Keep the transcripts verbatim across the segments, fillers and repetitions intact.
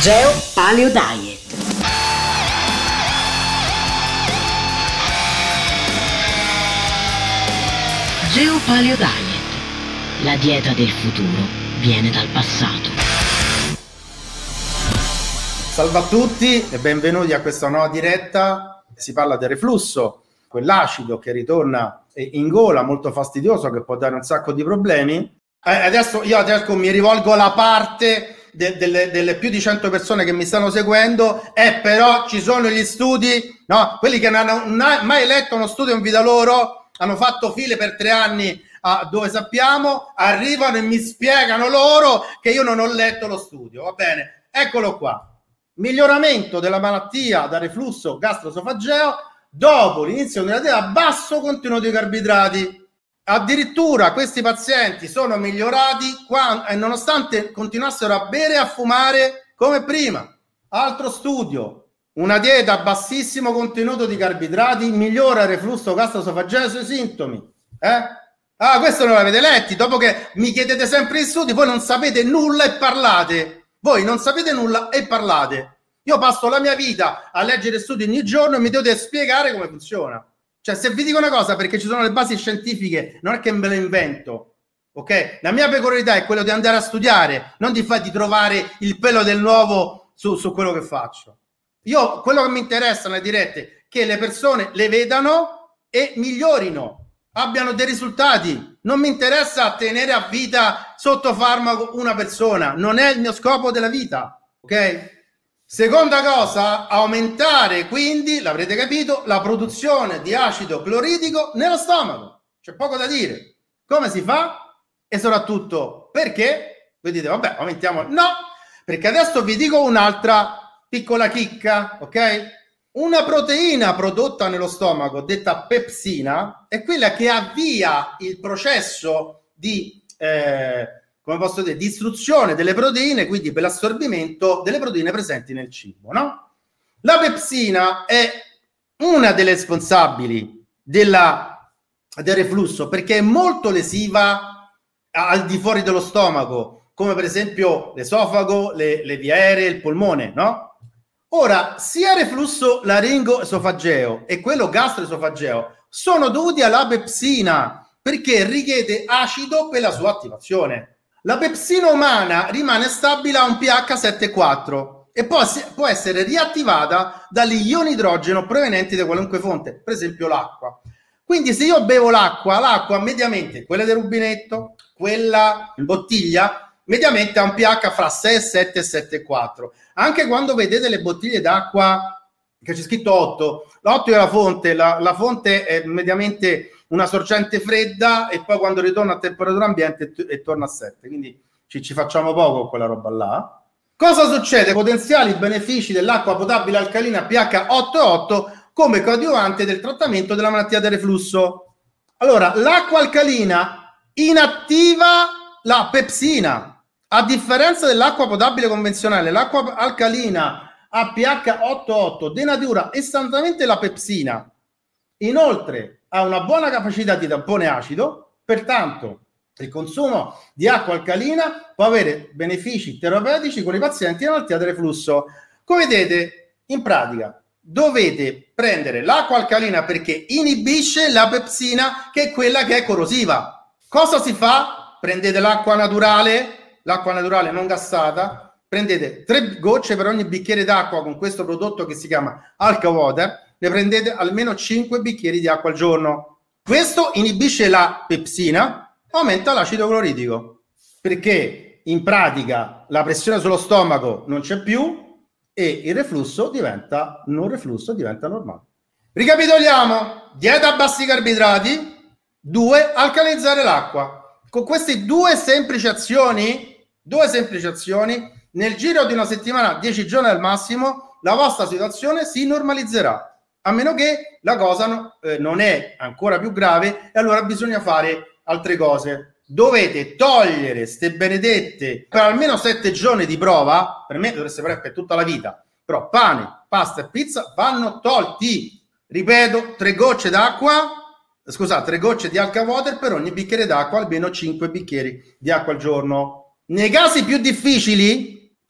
Geo Paleo Diet. Geo Paleo Diet. La dieta del futuro viene dal passato. Salve a tutti e benvenuti a questa nuova diretta. Si parla del reflusso, quell'acido che ritorna in gola, molto fastidioso, che può dare un sacco di problemi. Eh, adesso io adesso mi rivolgo alla parte de, delle, delle più di cento persone che mi stanno seguendo, e eh, però ci sono gli studi, no? Quelli che non hanno mai letto uno studio in vita loro, hanno fatto file per tre anni a dove sappiamo, arrivano e mi spiegano loro che io non ho letto lo studio. Va bene, eccolo qua. Miglioramento della malattia da reflusso gastroesofageo dopo l'inizio di una dieta a basso contenuto di carboidrati. Addirittura questi pazienti sono migliorati quando, eh, nonostante continuassero a bere e a fumare come prima. Altro studio: una dieta a bassissimo contenuto di carboidrati migliora il reflusso gastroesofageo sui sintomi. Eh? Ah, questo non l'avete letti? Dopo che mi chiedete sempre gli studi, voi non sapete nulla e parlate. Voi non sapete nulla e parlate. Io passo la mia vita a leggere studi ogni giorno e mi dovete spiegare come funziona. Cioè, se vi dico una cosa perché ci sono le basi scientifiche, non è che me le invento, ok? La mia peculiarità è quella di andare a studiare, non di far di trovare il pelo del nuovo su, su quello che faccio. Io, quello che mi interessa nelle dirette è che le persone le vedano e migliorino, abbiano dei risultati. Non mi interessa tenere a vita sotto farmaco una persona, non è il mio scopo della vita, ok? Seconda cosa, aumentare quindi, l'avrete capito, la produzione di acido cloridrico nello stomaco. C'è poco da dire. Come si fa? E soprattutto perché? Voi dite, vabbè, aumentiamo. No, perché adesso vi dico un'altra piccola chicca, ok? Una proteina prodotta nello stomaco, detta pepsina, è quella che avvia il processo di... Eh, come posso dire, distruzione delle proteine, quindi per l'assorbimento delle proteine presenti nel cibo, no? La pepsina è una delle responsabili della, del reflusso perché è molto lesiva al di fuori dello stomaco, come per esempio l'esofago, le, le vie aeree, il polmone, no? Ora, sia il reflusso laringo-esofageo e quello gastroesofageo sono dovuti alla pepsina perché richiede acido per la sua attivazione. La pepsina umana rimane stabile a un pH sette virgola quattro e può, può essere riattivata dagli ioni idrogeno provenienti da qualunque fonte, per esempio l'acqua. Quindi se io bevo l'acqua, l'acqua mediamente, quella del rubinetto, quella in bottiglia, mediamente ha un pH fra sei virgola sette e sette virgola quattro. Anche quando vedete le bottiglie d'acqua che c'è scritto otto, l'otto è la fonte, la, la fonte è mediamente una sorgente fredda e poi quando ritorna a temperatura ambiente t- e torna a sette, quindi ci, ci facciamo poco con quella roba là. Cosa succede? Potenziali benefici dell'acqua potabile alcalina pH otto virgola otto come coadiuvante del trattamento della malattia del reflusso. Allora, l'acqua alcalina inattiva la pepsina, a differenza dell'acqua potabile convenzionale. L'acqua alcalina a pH otto virgola otto denatura istantaneamente la pepsina. Inoltre ha una buona capacità di tampone acido, pertanto il consumo di acqua alcalina può avere benefici terapeutici con i pazienti in malattia del reflusso. Come vedete, in pratica dovete prendere l'acqua alcalina perché inibisce la pepsina, che è quella che è corrosiva. Cosa si fa? Prendete l'acqua naturale, l'acqua naturale non gassata, prendete tre gocce per ogni bicchiere d'acqua con questo prodotto che si chiama Alka Water, ne prendete almeno cinque bicchieri di acqua al giorno. Questo inibisce la pepsina, aumenta l'acido cloridrico, perché in pratica la pressione sullo stomaco non c'è più e il reflusso diventa, non reflusso diventa normale. Ricapitoliamo: dieta a bassi carboidrati, due, alcalinizzare l'acqua. Con queste due semplici azioni, due semplici azioni, nel giro di una settimana, dieci giorni al massimo, la vostra situazione si normalizzerà. A meno che la cosa no, eh, non è ancora più grave e allora bisogna fare altre cose. Dovete togliere ste benedette per almeno sette giorni di prova. Per me dovreste fare per tutta la vita, però pane, pasta e pizza vanno tolti. Ripeto, tre gocce d'acqua, scusate, tre gocce di Alka Water per ogni bicchiere d'acqua, almeno cinque bicchieri di acqua al giorno. Nei casi più difficili, che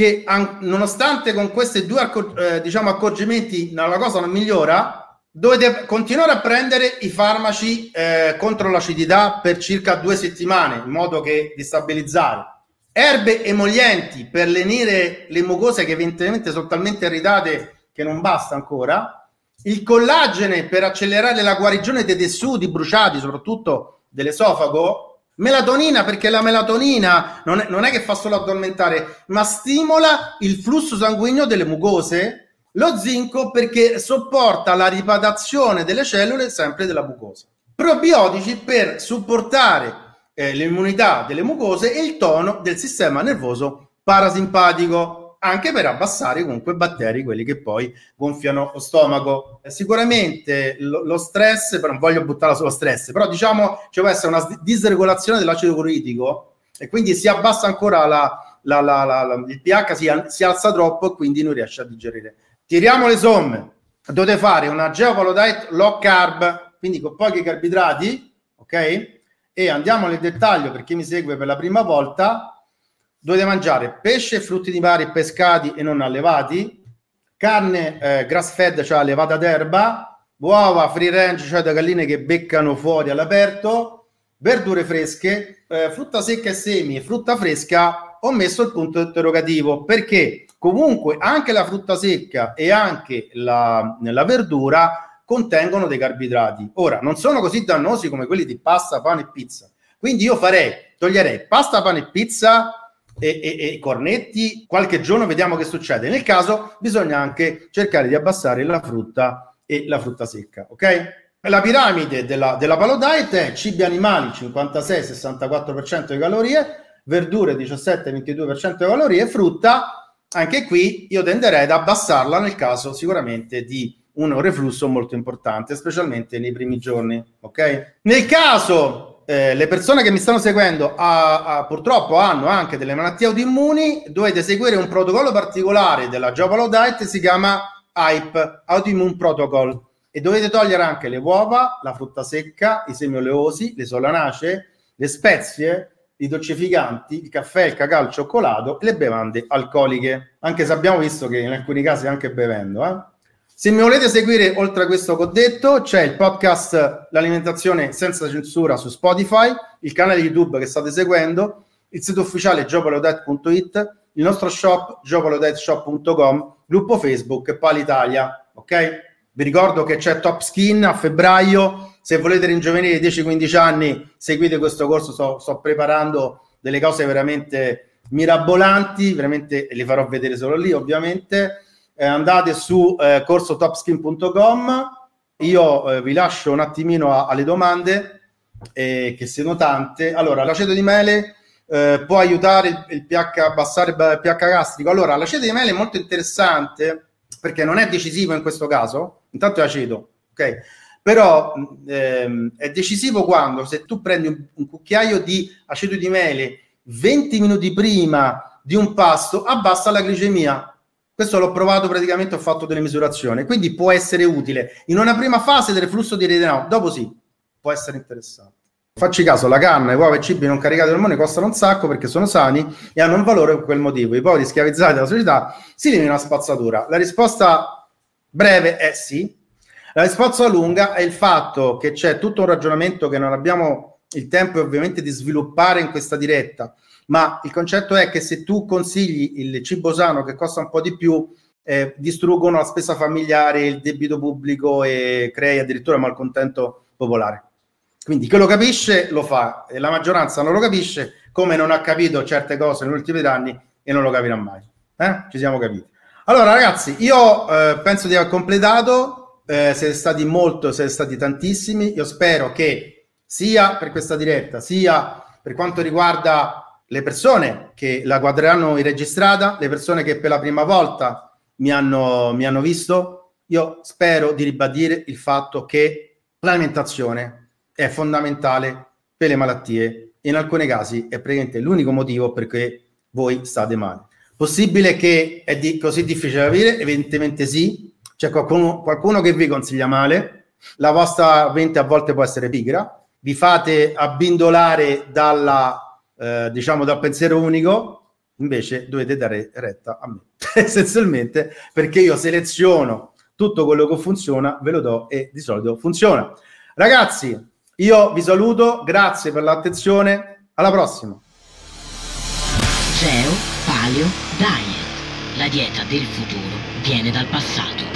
che an- nonostante con questi due acco- eh, diciamo accorgimenti la cosa non migliora, dovete continuare a prendere i farmaci eh, contro l'acidità per circa due settimane, in modo che di stabilizzare. Erbe emolienti per lenire le mucose che evidentemente sono talmente irritate che non basta ancora. Il collagene per accelerare la guarigione dei tessuti bruciati, soprattutto dell'esofago. Melatonina, perché la melatonina non è, non è che fa solo addormentare, ma stimola il flusso sanguigno delle mucose. Lo zinco perché sopporta la riparazione delle cellule sempre della mucosa. Probiotici per supportare eh, l'immunità delle mucose e il tono del sistema nervoso parasimpatico, anche per abbassare comunque batteri, quelli che poi gonfiano lo stomaco. Eh, sicuramente lo, lo stress, però non voglio buttarla sullo stress, però diciamo ci può essere una disregolazione dell'acido cloritico e quindi si abbassa ancora la, la, la, la, la, il pH, si, si alza troppo e quindi non riesce a digerire. Tiriamo le somme. Dovete fare una Geopolo Diet low carb, quindi con pochi carboidrati, ok? E andiamo nel dettaglio per chi mi segue per la prima volta. Dovete mangiare pesce, frutti di mare, pescati e non allevati, carne eh, grass fed, cioè allevata d'erba, uova free range, cioè da galline che beccano fuori all'aperto, verdure fresche, eh, frutta secca e semi e frutta fresca. Ho messo il punto interrogativo perché comunque anche la frutta secca e anche la, la verdura contengono dei carboidrati. Ora, non sono così dannosi come quelli di pasta, pane e pizza. Quindi io farei, toglierei pasta, pane e pizza e, e, e cornetti qualche giorno, vediamo che succede. Nel caso bisogna anche cercare di abbassare la frutta e la frutta secca, ok? La piramide della, della Paleo Diet è cibi animali cinquantasei sessantaquattro per cento di calorie, verdure diciassette ventidue per cento di calorie e frutta, anche qui io tenderei ad abbassarla nel caso sicuramente di un reflusso molto importante, specialmente nei primi giorni, ok? Nel caso eh, le persone che mi stanno seguendo a, a, purtroppo hanno anche delle malattie autoimmuni, dovete seguire un protocollo particolare della Geopolo Diet, si chiama A I P, Autoimmune Protocol, e dovete togliere anche le uova, la frutta secca, i semi oleosi, le solanacee, le spezie, i dolcificanti, il caffè, il cacao, il cioccolato e le bevande alcoliche, anche se abbiamo visto che in alcuni casi anche bevendo, eh. Se mi volete seguire oltre a questo che ho detto, c'è il podcast L'alimentazione senza censura su Spotify, il canale YouTube che state seguendo, il sito ufficiale geopolodiet punto it, il nostro shop geopolodiet shop punto com, gruppo Facebook e Palitalia, ok? Vi ricordo che c'è Top Skin a febbraio, se volete ringiovanire dieci quindici anni seguite questo corso, sto, sto preparando delle cose veramente mirabolanti, veramente le farò vedere solo lì ovviamente. Eh, andate su eh, corso topskin punto com, io eh, vi lascio un attimino a, alle domande eh, che sono tante. Allora, l'aceto di mele eh, può aiutare il, il pH, abbassare il pH gastrico. Allora, l'aceto di mele è molto interessante perché non è decisivo in questo caso, intanto è aceto, ok? Però ehm, è decisivo quando se tu prendi un, un cucchiaio di aceto di mele venti minuti prima di un pasto, abbassa la glicemia. Questo l'ho provato praticamente, ho fatto delle misurazioni, quindi può essere utile in una prima fase del reflusso di Redenau, dopo sì, può essere interessante. Facci caso, la carne, uova e cibi non caricati di ormoni costano un sacco perché sono sani e hanno un valore per quel motivo. I poveri schiavizzati dalla società si eliminano a spazzatura. La risposta breve è sì. La risposta lunga è il fatto che c'è tutto un ragionamento che non abbiamo il tempo ovviamente di sviluppare in questa diretta, ma il concetto è che se tu consigli il cibo sano che costa un po' di più, eh, distruggono la spesa familiare, il debito pubblico e crei addirittura malcontento popolare. Quindi chi lo capisce lo fa, e la maggioranza non lo capisce, come non ha capito certe cose negli ultimi anni e non lo capirà mai. Eh? Ci siamo capiti. Allora ragazzi, io eh, penso di aver completato, eh, siete stati molto, siete stati tantissimi, io spero che sia per questa diretta, sia per quanto riguarda le persone che la guarderanno in registrata, le persone che per la prima volta mi hanno, mi hanno visto, io spero di ribadire il fatto che l'alimentazione è fondamentale per le malattie e in alcuni casi è praticamente l'unico motivo perché voi state male. Possibile che è di, così difficile da capire? Evidentemente sì, c'è qualcuno, qualcuno che vi consiglia male, la vostra mente a volte può essere pigra, vi fate abbindolare dalla... Eh, diciamo dal pensiero unico, invece dovete dare retta a me, essenzialmente, perché io seleziono tutto quello che funziona, ve lo do e di solito funziona. Ragazzi, io vi saluto, grazie per l'attenzione, alla prossima. Geo Paleo Diet. La dieta del futuro viene dal passato.